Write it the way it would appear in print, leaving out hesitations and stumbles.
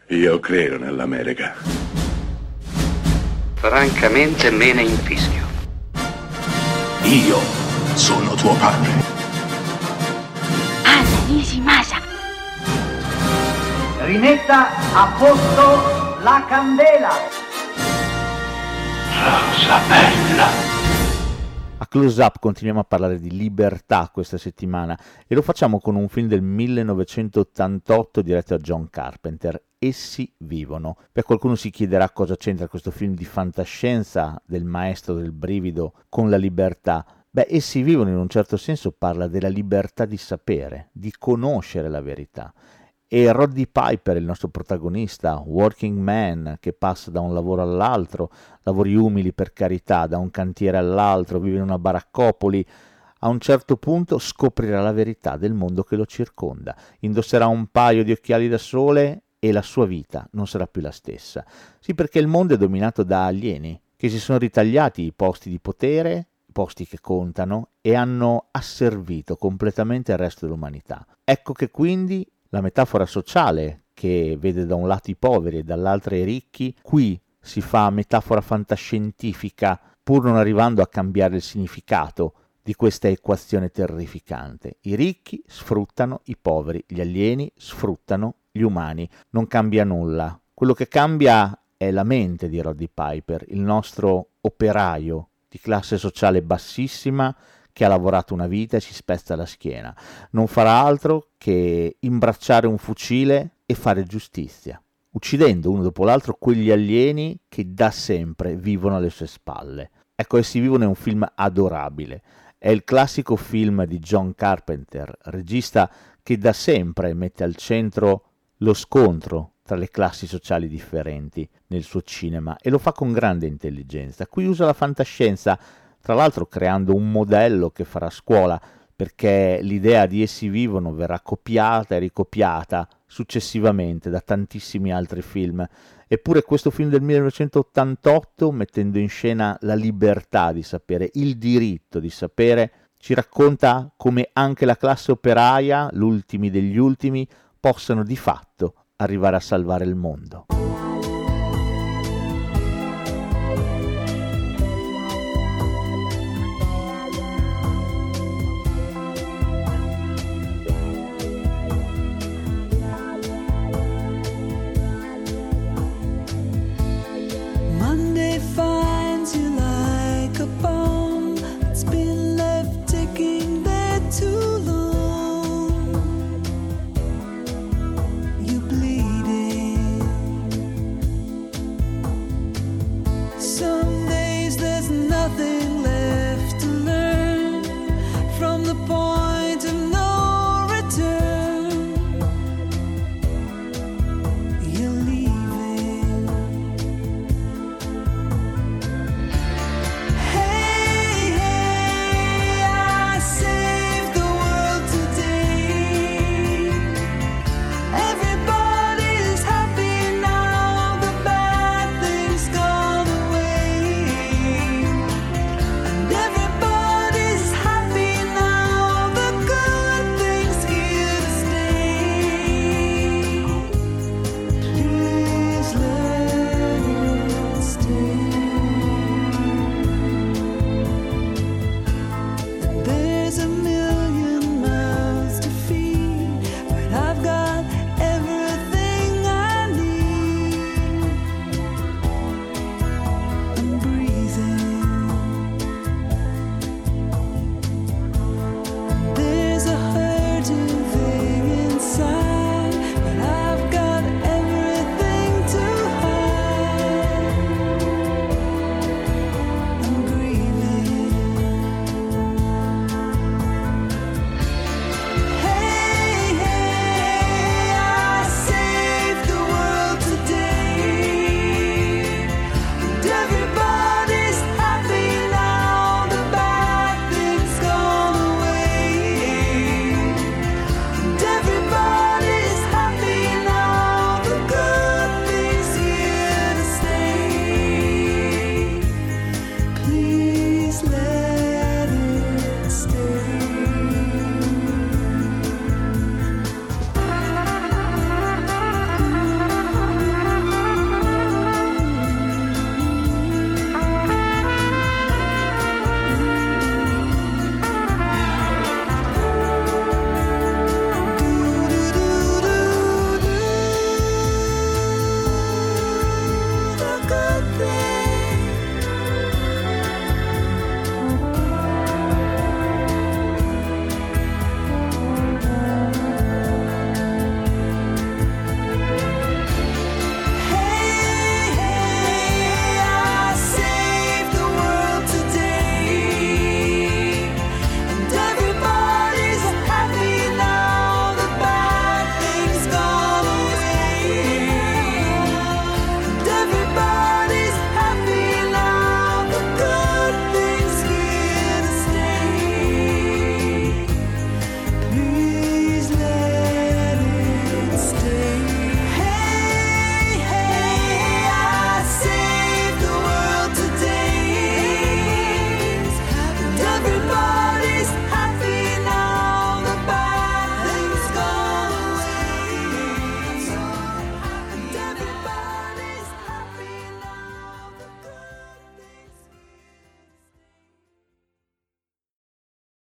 Io credo nell'America. Francamente me ne infischio. Io sono tuo padre. Anna Nishimasa. Rimetta a posto la candela. Rosa bella. A Close Up continuiamo a parlare di libertà questa settimana e lo facciamo con un film del 1988 diretto da John Carpenter, Essi vivono. Per qualcuno si chiederà cosa c'entra questo film di fantascienza del maestro del brivido con la libertà. Beh, Essi vivono in un certo senso parla della libertà di sapere, di conoscere la verità. E Roddy Piper, il nostro protagonista, working man, che passa da un lavoro all'altro, lavori umili per carità, da un cantiere all'altro, vive in una baraccopoli, a un certo punto scoprirà la verità del mondo che lo circonda, indosserà un paio di occhiali da sole e la sua vita non sarà più la stessa. Sì, perché il mondo è dominato da alieni, che si sono ritagliati i posti di potere, i posti che contano, e hanno asservito completamente il resto dell'umanità. Ecco che quindi la metafora sociale, che vede da un lato i poveri e dall'altro i ricchi, qui si fa metafora fantascientifica, pur non arrivando a cambiare il significato di questa equazione terrificante. I ricchi sfruttano i poveri, gli alieni sfruttano gli umani. Non cambia nulla. Quello che cambia è la mente di Roddy Piper, il nostro operaio di classe sociale bassissima, che ha lavorato una vita e si spezza la schiena. Non farà altro che imbracciare un fucile e fare giustizia, uccidendo uno dopo l'altro quegli alieni che da sempre vivono alle sue spalle. Ecco, Essi vivono è un film adorabile. È il classico film di John Carpenter, regista che da sempre mette al centro lo scontro tra le classi sociali differenti nel suo cinema e lo fa con grande intelligenza. Qui usa la fantascienza, tra l'altro creando un modello che farà scuola, perché l'idea di Essi vivono verrà copiata e ricopiata successivamente da tantissimi altri film. Eppure questo film del 1988, mettendo in scena la libertà di sapere, il diritto di sapere, ci racconta come anche la classe operaia, l'ultimi degli ultimi, possano di fatto arrivare a salvare il mondo.